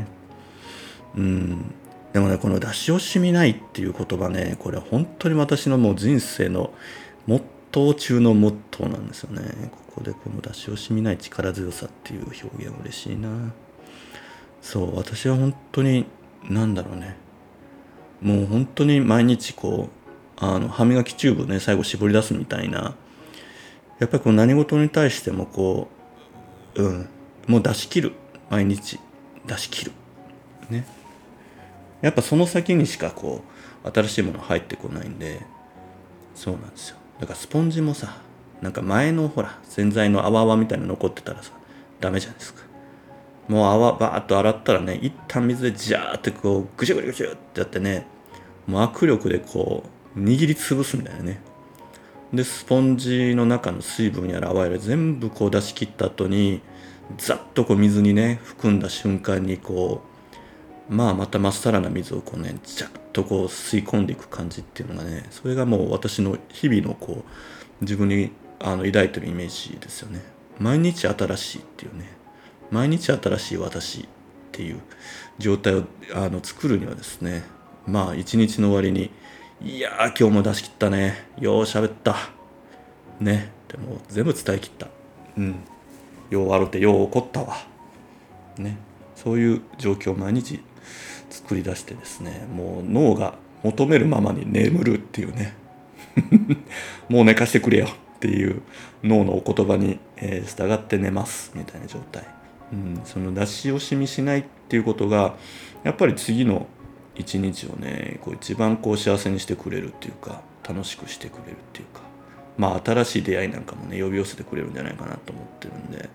でもね、この出し惜しみないっていう言葉ね、これ本当に私のもう人生のモットー中のモットーなんですよね。ここでこの出し惜しみない力強さっていう表現嬉しいな。そう、私は本当に、なんだろうね。もう本当に毎日こう、歯磨きチューブね、最後絞り出すみたいな、やっぱりこう何事に対してもこう、もう出し切る。毎日出し切る。ね。やっぱその先にしかこう、新しいもの入ってこないんで、そうなんですよ。だからスポンジもさ、なんか前のほら、洗剤の泡々みたいなの残ってたらさ、ダメじゃないですか。もう泡バーッと洗ったらね、一旦水でジャーってこう、ぐしゅぐしゅぐしゅってやってね、もう握力でこう、握りつぶすみたいなね。でスポンジの中の水分やら泡やら全部こう出し切った後にざっとこう水にね含んだ瞬間にこうまたまっさらな水をこうねジャッとこう吸い込んでいく感じっていうのがね、それがもう私の日々のこう自分に抱いてるイメージですよね。毎日新しいっていうね、毎日新しい私っていう状態を作るにはですね、まあ一日の終わりにいやー今日も出し切ったね、よう喋ったね、でも全部伝え切った、ようあるてよう怒ったわね、そういう状況を毎日作り出してですね、もう脳が求めるままに眠るっていうねもう寝かしてくれよっていう脳のお言葉に、従って寝ますみたいな状態、その出し惜しみしないっていうことがやっぱり次の一日をねこう一番こう幸せにしてくれるっていうか楽しくしてくれるっていうか、まあ新しい出会いなんかもね呼び寄せてくれるんじゃないかなと思ってるんで、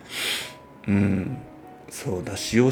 そう出し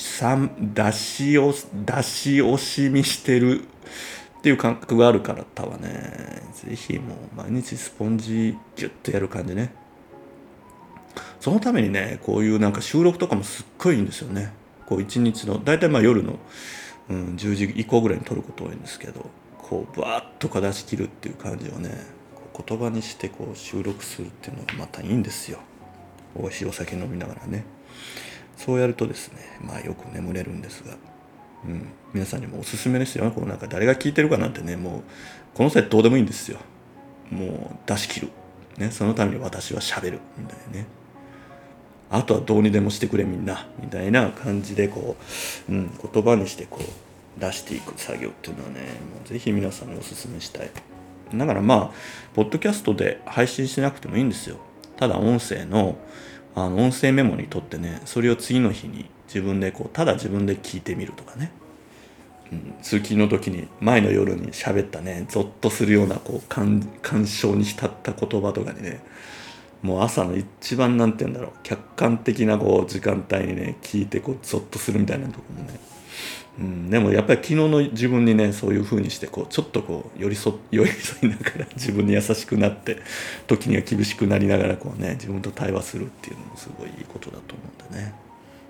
惜しみしてるっていう感覚がある方はね、ぜひもう毎日スポンジギュッとやる感じね。そのためにねこういうなんか収録とかもすっごいいいんですよね。こう一日の大体まあ夜の、10時以降ぐらいに撮ること多いんですけど、こうバーッとか出し切るっていう感じをねこう言葉にしてこう収録するっていうのがまたいいんですよ。美味しいお酒飲みながらね、そうやるとですねまあよく眠れるんですが、皆さんにもおすすめですよ。こうなんか誰が聞いてるかなんてね、もうこの際どうでもいいんですよ。もう出し切る、ね、そのために私は喋るみたいなね、あとはどうにでもしてくれみんなみたいな感じでこう、言葉にしてこう出していく作業っていうのはね、もうぜひ皆さんにおすすめしたい。だからまあポッドキャストで配信しなくてもいいんですよ。ただ音声の音声メモにとってね、それを次の日に自分でこうただ自分で聞いてみるとかね、通勤の時に前の夜に喋ったねゾッとするようなこう感傷に浸った言葉とかにね、もう朝の一番なんて言うんだろう客観的なこう時間帯にね聞いてこうゾッとするみたいなところもね、でもやっぱり昨日の自分にねそういう風にしてこうちょっとこう寄り添いながら自分に優しくなって時には厳しくなりながらこうね自分と対話するっていうのもすごいいいことだと思うんでね、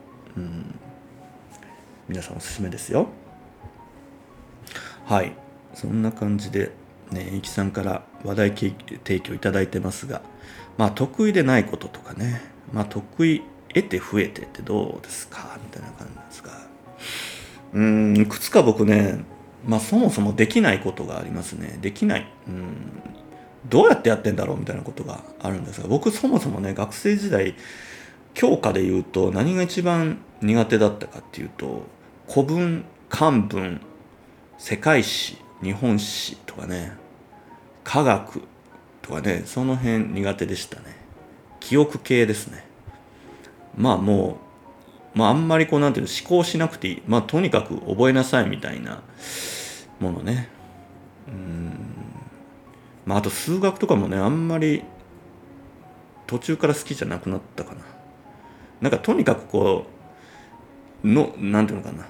皆さんおすすめですよ。はい、そんな感じでね、いきさんから話題提供いただいてますが、まあ得意でないこととかね、まあ得意得て増えてってどうですかみたいな感じなんですが、いくつか僕ね、まあそもそもできないことがありますね。できない、どうやってやってんだろうみたいなことがあるんですが、僕そもそもね学生時代教科で言うと何が一番苦手だったかっていうと、古文漢文世界史日本史とかね、科学とかね、その辺苦手でしたね。記憶系ですね。まあもあんまりこうなんていうの思考しなくていい、とにかく覚えなさいみたいなものね。あと数学とかもねあんまり途中から好きじゃなくなったかな。なんかとにかくこうのなんていうのかな、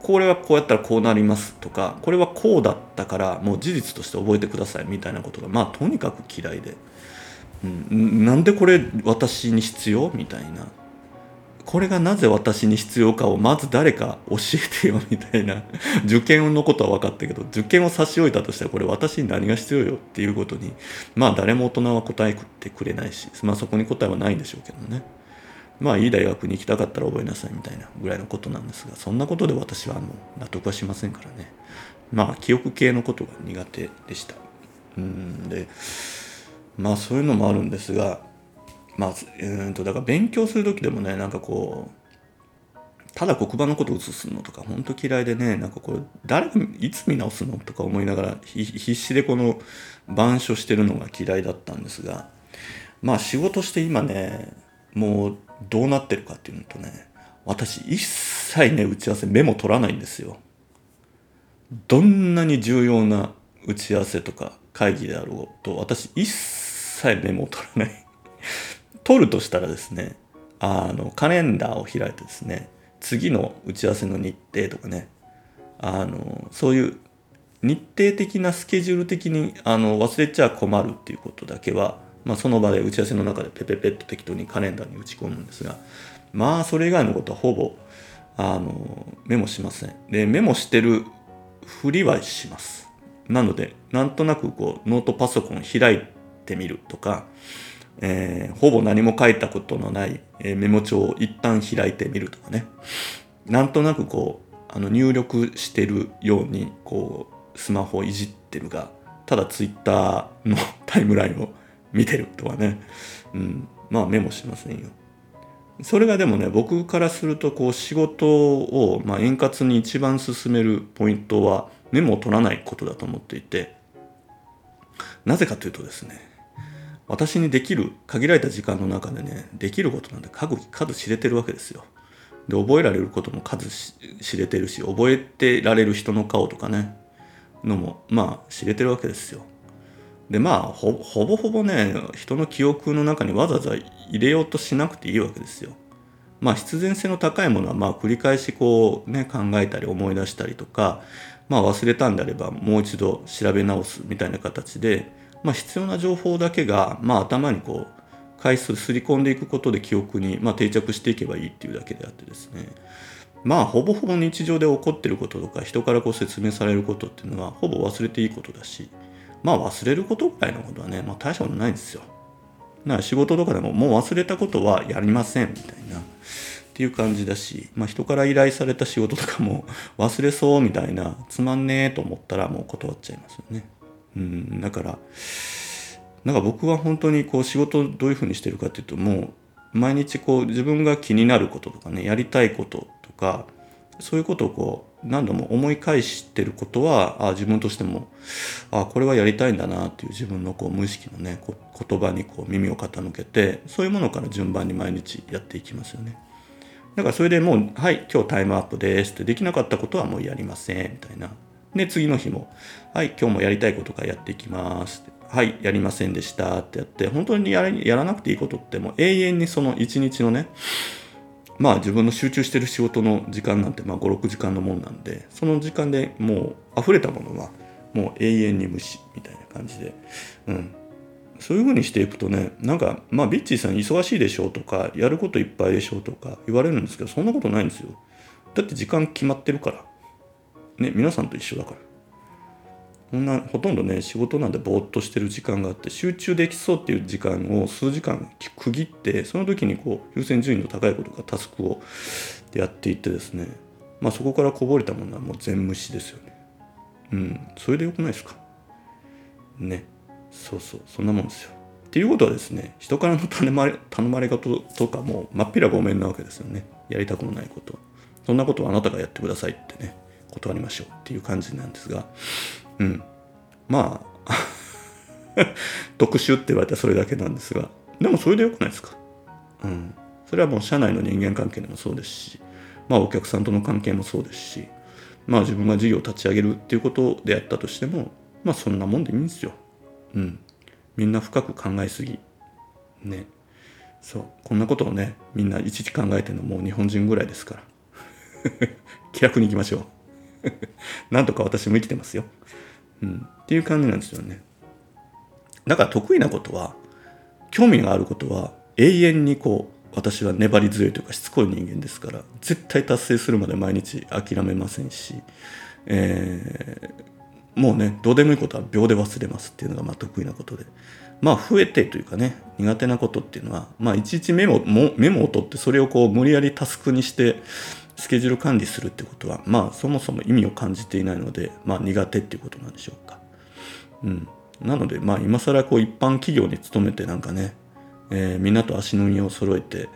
これはこうやったらこうなりますとか、これはこうだったからもう事実として覚えてくださいみたいなことがとにかく嫌いで、なんでこれ私に必要みたいな、これがなぜ私に必要かをまず誰か教えてよみたいな受験のことは分かったけど、受験を差し置いたとしたらこれ私に何が必要よっていうことに誰も大人は答えてくれないし、そこに答えはないんでしょうけどね。いい大学に行きたかったら覚えなさいみたいなぐらいのことなんですが、そんなことで私は納得はしませんからね。記憶系のことが苦手でした。でそういうのもあるんですが、だから勉強する時でもね、ただ黒板のことを写すのとか本当嫌いでね、これ誰がいつ見直すのとか思いながら必死でこの板書してるのが嫌いだったんですが、仕事して今ね、もうどうなってるかっていうのとね、私一切ね打ち合わせメモ取らないんですよ。どんなに重要な打ち合わせとか会議であろうと私一切メモを取らない取るとしたらですね、カレンダーを開いてですね、次の打ち合わせの日程とかね、そういう日程的なスケジュール的に忘れちゃ困るっていうことだけは、その場で打ち合わせの中でペペペッと適当にカレンダーに打ち込むんですが、それ以外のことはほぼメモしません。でメモしてるふりはします。なのでなんとなくノートパソコン開いてみるとか、ほぼ何も書いたことのない、メモ帳を一旦開いてみるとかね、なんとなく入力してるようにスマホをいじってるが、ただツイッターのタイムラインを見てるとかね、メモしませんよ。それがでもね、僕からすると仕事を円滑に一番進めるポイントはメモを取らないことだと思っていて、なぜかというとですね、私にできる限られた時間の中でね、できることなんて数知れてるわけですよ。で覚えられることも数知れてるし、覚えてられる人の顔とかねのも知れてるわけですよ。でほぼほぼね、人の記憶の中にわざわざ入れようとしなくていいわけですよ。必然性の高いものは繰り返し考えたり思い出したりとか、忘れたんであればもう一度調べ直すみたいな形で、必要な情報だけが頭に回数すり込んでいくことで記憶に定着していけばいいっていうだけであってですね、ほぼほぼ日常で起こっていることとか人から説明されることっていうのはほぼ忘れていいことだし、忘れることぐらいのことはね、大したことないんですよ。だから仕事とかでももう忘れたことはやりませんみたいなっていう感じだし、人から依頼された仕事とかも忘れそうみたいな、つまんねえと思ったらもう断っちゃいますよね。だから僕は本当に仕事をどういうふうにしてるかっていうと、もう毎日自分が気になることとかね、やりたいこととか、そういうことを何度も思い返してることは自分としてもこれはやりたいんだなっていう自分の無意識のね言葉に耳を傾けて、そういうものから順番に毎日やっていきますよね。だからそれでもうはい今日タイムアップですって、できなかったことはもうやりませんみたいな。で次の日もはい今日もやりたいことからやっていきますって、はいやりませんでしたってやって、本当にやらなくていいことってもう永遠にその一日のね、自分の集中してる仕事の時間なんて5、6時間のもんなんで、その時間でもう溢れたものはもう永遠に無視みたいな感じで、そういう風にしていくとね、ビッチーさん忙しいでしょとかやることいっぱいでしょとか言われるんですけど、そんなことないんですよ。だって時間決まってるからね、皆さんと一緒だから。ほとんどね仕事なんでぼーっとしてる時間があって、集中できそうっていう時間を数時間区切って、その時に優先順位の高いことかタスクをやっていってですね、そこからこぼれたものはもう全無視ですよね。それでよくないですかね。そんなもんですよ。っていうことはですね、人からの頼まれ事とかも真っ平ごめんなわけですよね。やりたくもないこと、そんなことはあなたがやってくださいってね、断りましょうっていう感じなんですが、特殊って言われたらそれだけなんですが、でもそれでよくないですか。それはもう社内の人間関係でもそうですし、お客さんとの関係もそうですし、自分が事業を立ち上げるっていうことであったとしても、そんなもんでいいんですよ。みんな深く考えすぎね。こんなことをねみんないちいち考えてるのもう日本人ぐらいですから気楽にいきましょう。 なんとか私も生きてますよ、っていう感じなんですよね。だから得意なことは、興味があることは永遠に私は粘り強いというかしつこい人間ですから、絶対達成するまで毎日諦めませんし、もうね、どうでもいいことは秒で忘れますっていうのが得意なことで、増えてというかね、苦手なことっていうのは、いちいちメモを取ってそれを無理やりタスクにしてスケジュール管理するってことは、そもそも意味を感じていないので、苦手っていうことなんでしょうか。なので、今更一般企業に勤めてなんかね、みんなと足の上を揃えて、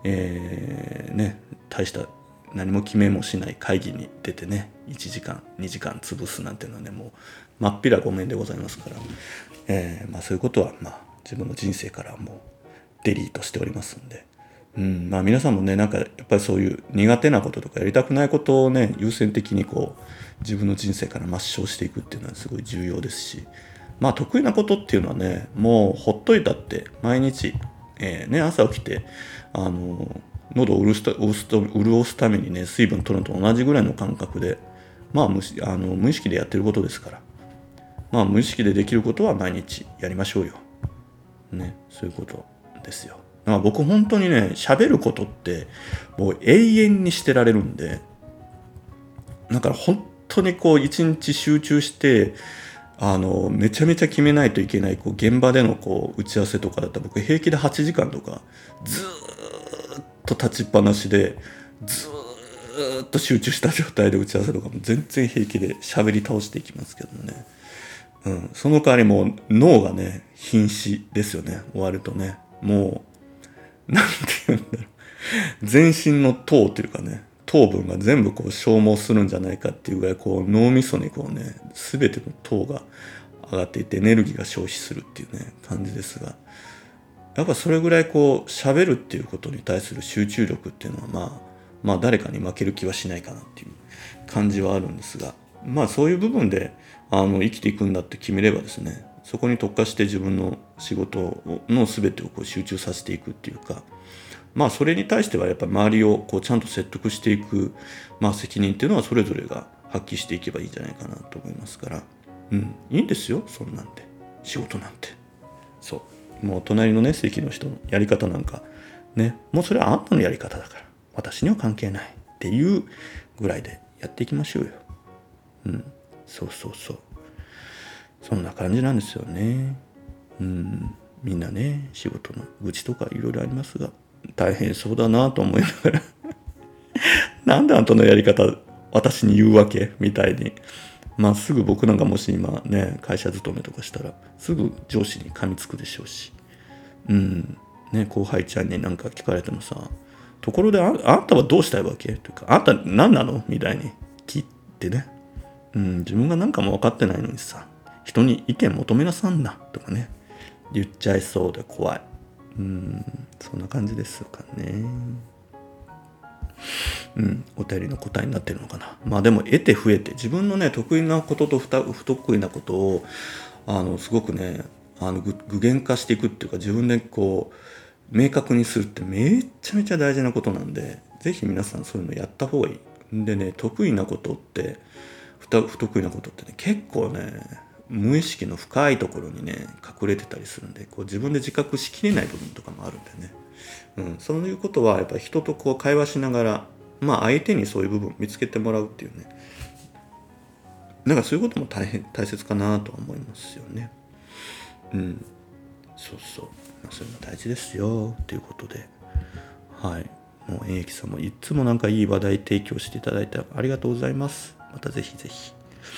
大した何も決めもしない会議に出てね、1時間2時間潰すなんていうのはね、もう真っ平ごめんでございますから、そういうことは自分の人生からもうデリートしておりますんで、皆さんもね、なんかやっぱりそういう苦手なこととかやりたくないことをね、優先的に自分の人生から抹消していくっていうのはすごい重要ですし、得意なことっていうのはね、もうほっといたって毎日、朝起きて喉を潤すためにね、水分取るのと同じぐらいの感覚で、無意識でやってることですから、無意識でできることは毎日やりましょうよ。ね、そういうことですよ。だから僕本当にね、喋ることってもう永遠にしてられるんで、だから本当に一日集中してめちゃめちゃ決めないといけない現場での打ち合わせとかだったら、僕平気で8時間とかずーっと立ちっぱなしでずーっと集中した状態で打ち合わせとかも全然平気で喋り倒していきますけどもね、その代わりもう脳がね瀕死ですよね。終わるとね、もうなんて言うんだろう、全身の糖というかね、糖分が全部消耗するんじゃないかっていうぐらい脳みそに全ての糖が上がっていってエネルギーが消費するっていうね感じですが、やっぱそれぐらい喋るっていうことに対する集中力っていうのは誰かに負ける気はしないかなっていう感じはあるんですが、そういう部分で生きていくんだって決めればですね、そこに特化して自分の仕事の全てを集中させていくっていうか、それに対してはやっぱり周りをちゃんと説得していく、責任っていうのはそれぞれが発揮していけばいいんじゃないかなと思いますから、いいんですよ、そんなんで。仕事なんて。そう。もう隣のね、席の人のやり方なんか、ね、もうそれはあんたのやり方だから、私には関係ないっていうぐらいでやっていきましょうよ。そう。そんな感じなんですよね。みんなね、仕事の愚痴とかいろいろありますが、大変そうだなと思いながらなんであんたのやり方私に言うわけみたいに、すぐ僕なんかもし今ね会社勤めとかしたらすぐ上司に噛みつくでしょうし、後輩ちゃんになんか聞かれてもさ、ところであんたはどうしたいわけというか、あんた何なのみたいに聞いてね、自分が何かも分かってないのにさ、人に意見求めなさんなとかね言っちゃいそうで怖い。そんな感じですかね。お便りの答えになってるのかな。でも得て増えて自分のね得意なことと不得意なことをすごくね具現化していくっていうか、自分で明確にするってめちゃめちゃ大事なことなんで、ぜひ皆さんそういうのやった方がいいんでね、得意なことって不得意なことってね、結構ね無意識の深いところにね隠れてたりするんで、自分で自覚しきれない部分とかもあるんでね、そういうことはやっぱり人と会話しながら、相手にそういう部分を見つけてもらうっていうね、なんかそういうことも大切かなと思いますよね。そういうの大事ですよということで、もう演劇さんもいつもなんかいい話題提供していただいてありがとうございます。またぜひぜひ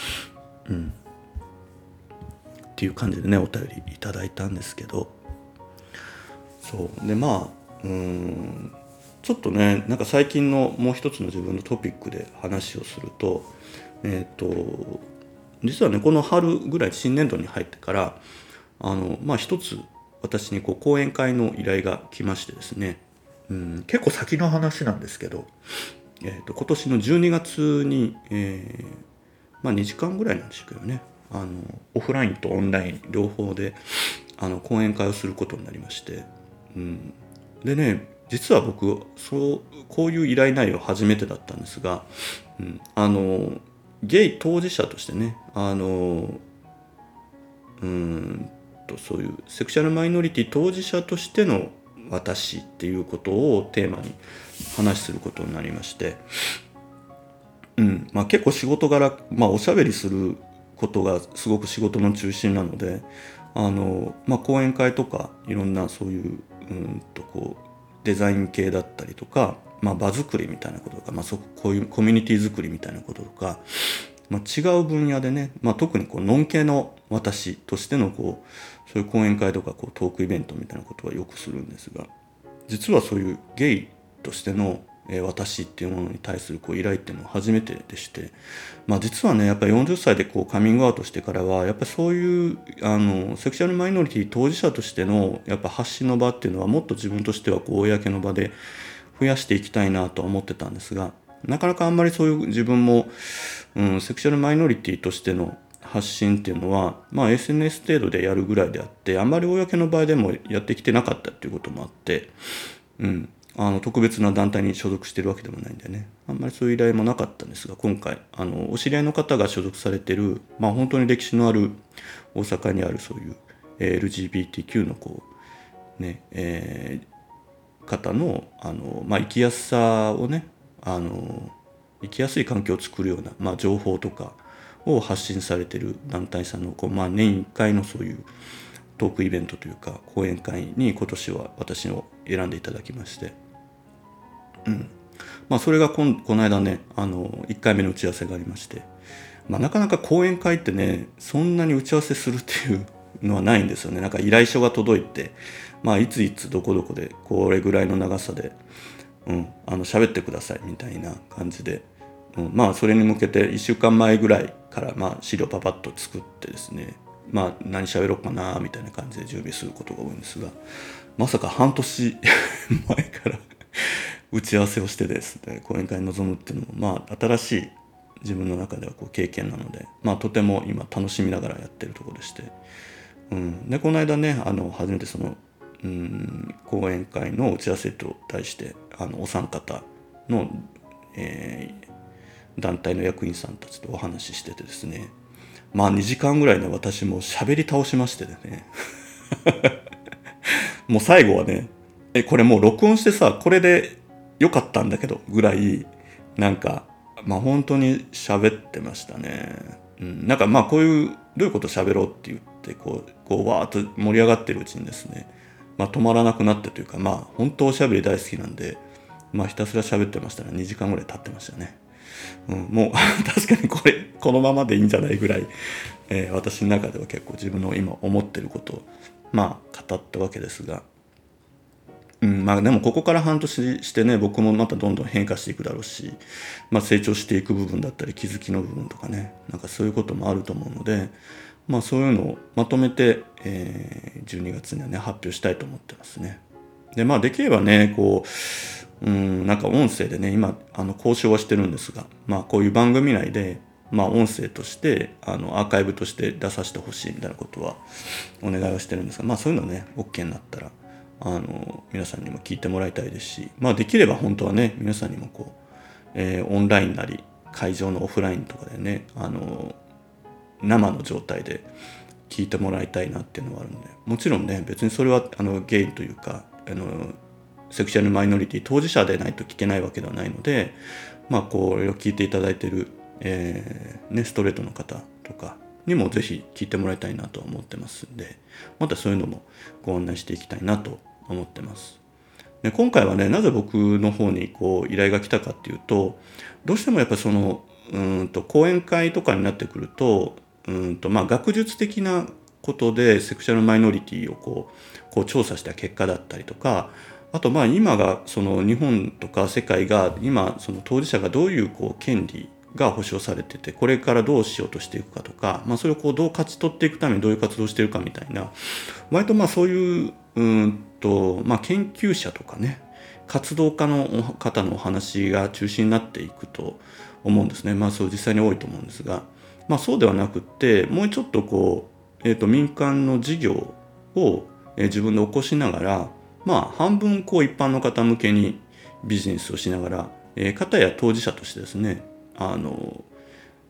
っていう感じでねお便りいただいたんですけど、そうでちょっとね、なんか最近のもう一つの自分のトピックで話をすると、実はねこの春ぐらい新年度に入ってから一つ私に講演会の依頼が来ましてですね、結構先の話なんですけど、今年の12月に、2時間ぐらいなんですけどね、オフラインとオンライン両方で講演会をすることになりまして、でね、実は僕こういう依頼内容初めてだったんですが、 ゲイ当事者としてね、そういうセクシャルマイノリティ当事者としての私っていうことをテーマに話することになりまして、結構仕事柄、おしゃべりすることがすごく仕事の中心なので、講演会とかいろんなそういうデザイン系だったりとか、場作りみたいなこととか、こういうコミュニティ作りみたいなこととか、違う分野でね、特にノン系の私としてのそういう講演会とかトークイベントみたいなことはよくするんですが、実はそういうゲイとしての私っていうものに対する依頼っていうのは初めてでして、実はね、やっぱり40歳でカミングアウトしてからはやっぱりそういうセクシャルマイノリティ当事者としてのやっぱ発信の場っていうのはもっと自分としては公の場で増やしていきたいなとは思ってたんですが、なかなかあんまりそういう自分も、セクシャルマイノリティとしての発信っていうのは、SNS 程度でやるぐらいであって、あんまり公の場でもやってきてなかったっていうこともあって、特別な団体に所属してるわけでもないんでね、あんまりそういう依頼もなかったんですが、今回お知り合いの方が所属されてる、本当に歴史のある大阪にあるそういう、LGBTQ の方の生きやすさをね、生きやすい環境を作るような、情報とかを発信されている団体さんの年1回のそういうトークイベントというか講演会に今年は私を選んでいただきまして、それがこの間ね、1回目の打ち合わせがありまして、なかなか講演会ってね、そんなに打ち合わせするっていうのはないんですよね。なんか依頼書が届いて、いついつどこどこでこれぐらいの長さで喋ってくださいみたいな感じで、それに向けて1週間前ぐらいから資料パパッと作ってですね、何喋ろうかなみたいな感じで準備することが多いんですが、まさか半年前から打ち合わせをしてですね、講演会に臨むっていうのも新しい自分の中では経験なので、とても今楽しみながらやってるところでして、でこの間ね、初めてその講演会の打ち合わせと題してお三方の、団体の役員さんたちとお話ししててですね、2時間ぐらいね、私も喋り倒しましてねもう最後はね、これもう録音してさ、これでよかったんだけどぐらいなんか本当に喋ってましたね。なんかこういうどういうこと喋ろうって言ってわーっと盛り上がってるうちにですね、止まらなくなってというか、本当おしゃべり大好きなんで、ひたすら喋ってましたら2時間ぐらい経ってましたね。もう確かにこのままでいいんじゃないぐらい、私の中では結構自分の今思ってることを語ったわけですが、でもここから半年してね、僕もまたどんどん変化していくだろうし、成長していく部分だったり気づきの部分とかね、なんかそういうこともあると思うので、そういうのをまとめて、12月にはね発表したいと思ってますね。でできればねなんか音声でね、今交渉はしてるんですが、こういう番組内で音声としてアーカイブとして出させてほしいみたいなことはお願いはしてるんですが、そういうのね OK になったら皆さんにも聞いてもらいたいですし、できれば本当はね、皆さんにもオンラインなり会場のオフラインとかでね生の状態で聞いてもらいたいなっていうのはあるので、もちろんね別にそれはゲイというかセクシャルマイノリティ当事者でないと聞けないわけではないので、これを聞いていただいている、ストレートの方とかにもぜひ聞いてもらいたいなと思ってますんで、またそういうのもご案内していきたいなと思ってます。で今回はね、なぜ僕の方に依頼が来たかっていうと、どうしてもやっぱりその講演会とかになってくると学術的なことでセクシャルマイノリティを調査した結果だったりとか、あと今がその日本とか世界が今その当事者がどういう権利が保障されてて、これからどうしようとしていくかとか、それをどう勝ち取っていくためにどういう活動をしているかみたいな、割とそういう研究者とかね、活動家の方のお話が中心になっていくと思うんですね。そう実際に多いと思うんですが、そうではなくって、もうちょっと民間の事業を自分で起こしながら、半分一般の方向けにビジネスをしながら、方や当事者としてですね、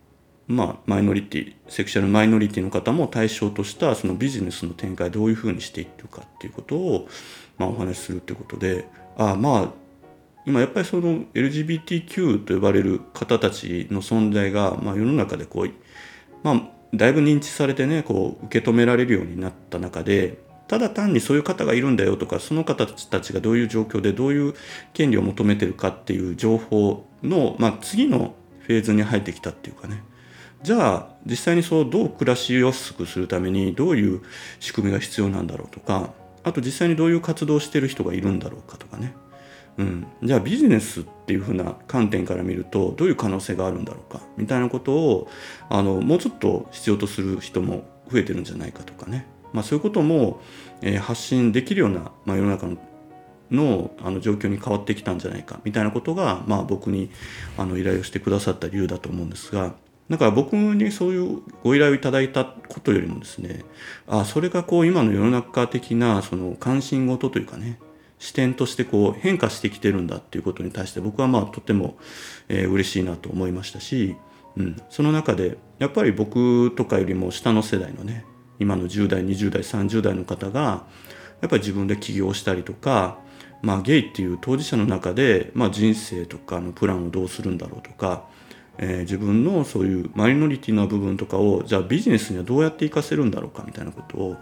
マイノリティ、セクシャルマイノリティの方も対象としたそのビジネスの展開どういうふうにしていってるかっていうことを、お話しするってことで、今やっぱりその LGBTQ と呼ばれる方たちの存在が、世の中でだいぶ認知されてね、受け止められるようになった中で、ただ単にそういう方がいるんだよとか、その方たちがどういう状況でどういう権利を求めてるかっていう情報の、次のフェーズに入ってきたっていうかね。じゃあ実際にどう暮らしやすくするためにどういう仕組みが必要なんだろうとか、あと実際にどういう活動をしている人がいるんだろうかとかね。じゃあビジネスっていう風な観点から見るとどういう可能性があるんだろうかみたいなことをもうちょっと必要とする人も増えてるんじゃないかとかね。そういうことも、発信できるような、世の中の状況に変わってきたんじゃないかみたいなことが、僕に依頼をしてくださった理由だと思うんですが、だから僕にそういうご依頼をいただいたことよりもですね、それが今の世の中的なその関心事というかね、視点として変化してきてるんだっていうことに対して僕はとても、嬉しいなと思いましたし、その中でやっぱり僕とかよりも下の世代のね、今の10代20代30代の方がやっぱり自分で起業したりとか、ゲイっていう当事者の中で、人生とかのプランをどうするんだろうとか、自分のそういうマイノリティな部分とかをじゃあビジネスにはどうやって活かせるんだろうかみたいなことを、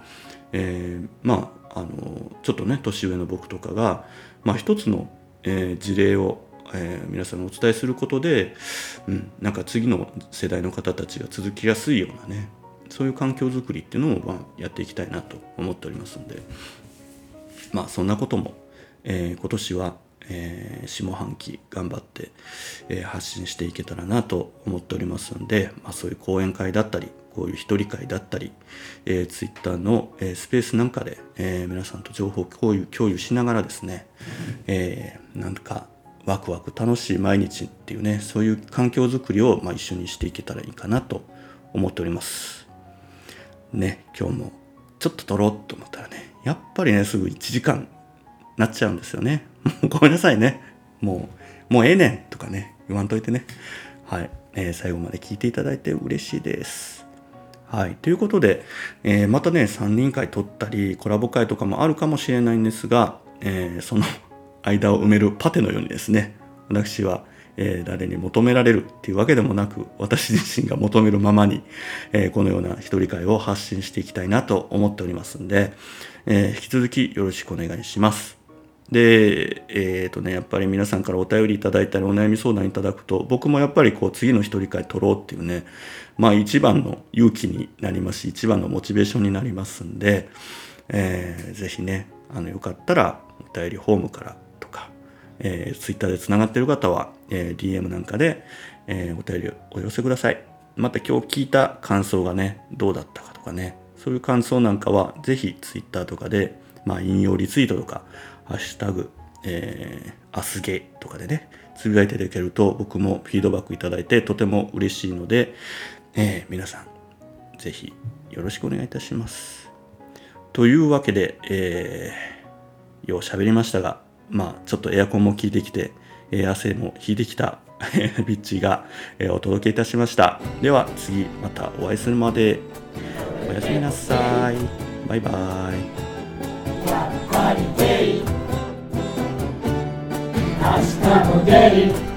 ちょっとね年上の僕とかが、一つの、事例を、皆さんにお伝えすることで、なんか次の世代の方たちが続きやすいようなね、そういう環境づくりっていうのをやっていきたいなと思っておりますので、そんなことも、今年は下半期頑張って、発信していけたらなと思っておりますので、そういう講演会だったりこういう一人会だったり、ツイッターの、スペースなんかで、皆さんと情報共有しながらですね、なんかワクワク楽しい毎日っていうね、そういう環境づくりを、一緒にしていけたらいいかなと思っておりますね。今日もちょっと撮ろうと思ったらね、やっぱりねすぐ1時間なっちゃうんですよね。ごめんなさいね。もうええねんとかね言わんといてね。はい、最後まで聞いていただいて嬉しいです。はい、ということで、またね3人会撮ったりコラボ会とかもあるかもしれないんですが、その間を埋めるパテのようにですね、私は、誰に求められるっていうわけでもなく、私自身が求めるままに、このような一人会を発信していきたいなと思っておりますので、引き続きよろしくお願いします。で、やっぱり皆さんからお便りいただいたりお悩み相談いただくと、僕もやっぱり次の一人会取ろうっていうね、一番の勇気になりますし、一番のモチベーションになりますんで、ぜひね、よかったらお便りフォームからとか、ツイッターでつながっている方は、DM なんかで、お便りをお寄せください。また今日聞いた感想がね、どうだったかとかね、そういう感想なんかはぜひツイッターとかで、引用リツイートとか、ハッシュタグ、アスゲとかでね、つぶやいていただけると僕もフィードバックいただいてとても嬉しいので、皆さんぜひよろしくお願いいたします。というわけで、よう喋りましたが、ちょっとエアコンも効いてきて、汗も引いてきたビッチが、お届けいたしました。では次またお会いするまでおやすみなさい。バイバイ。明日もゲイ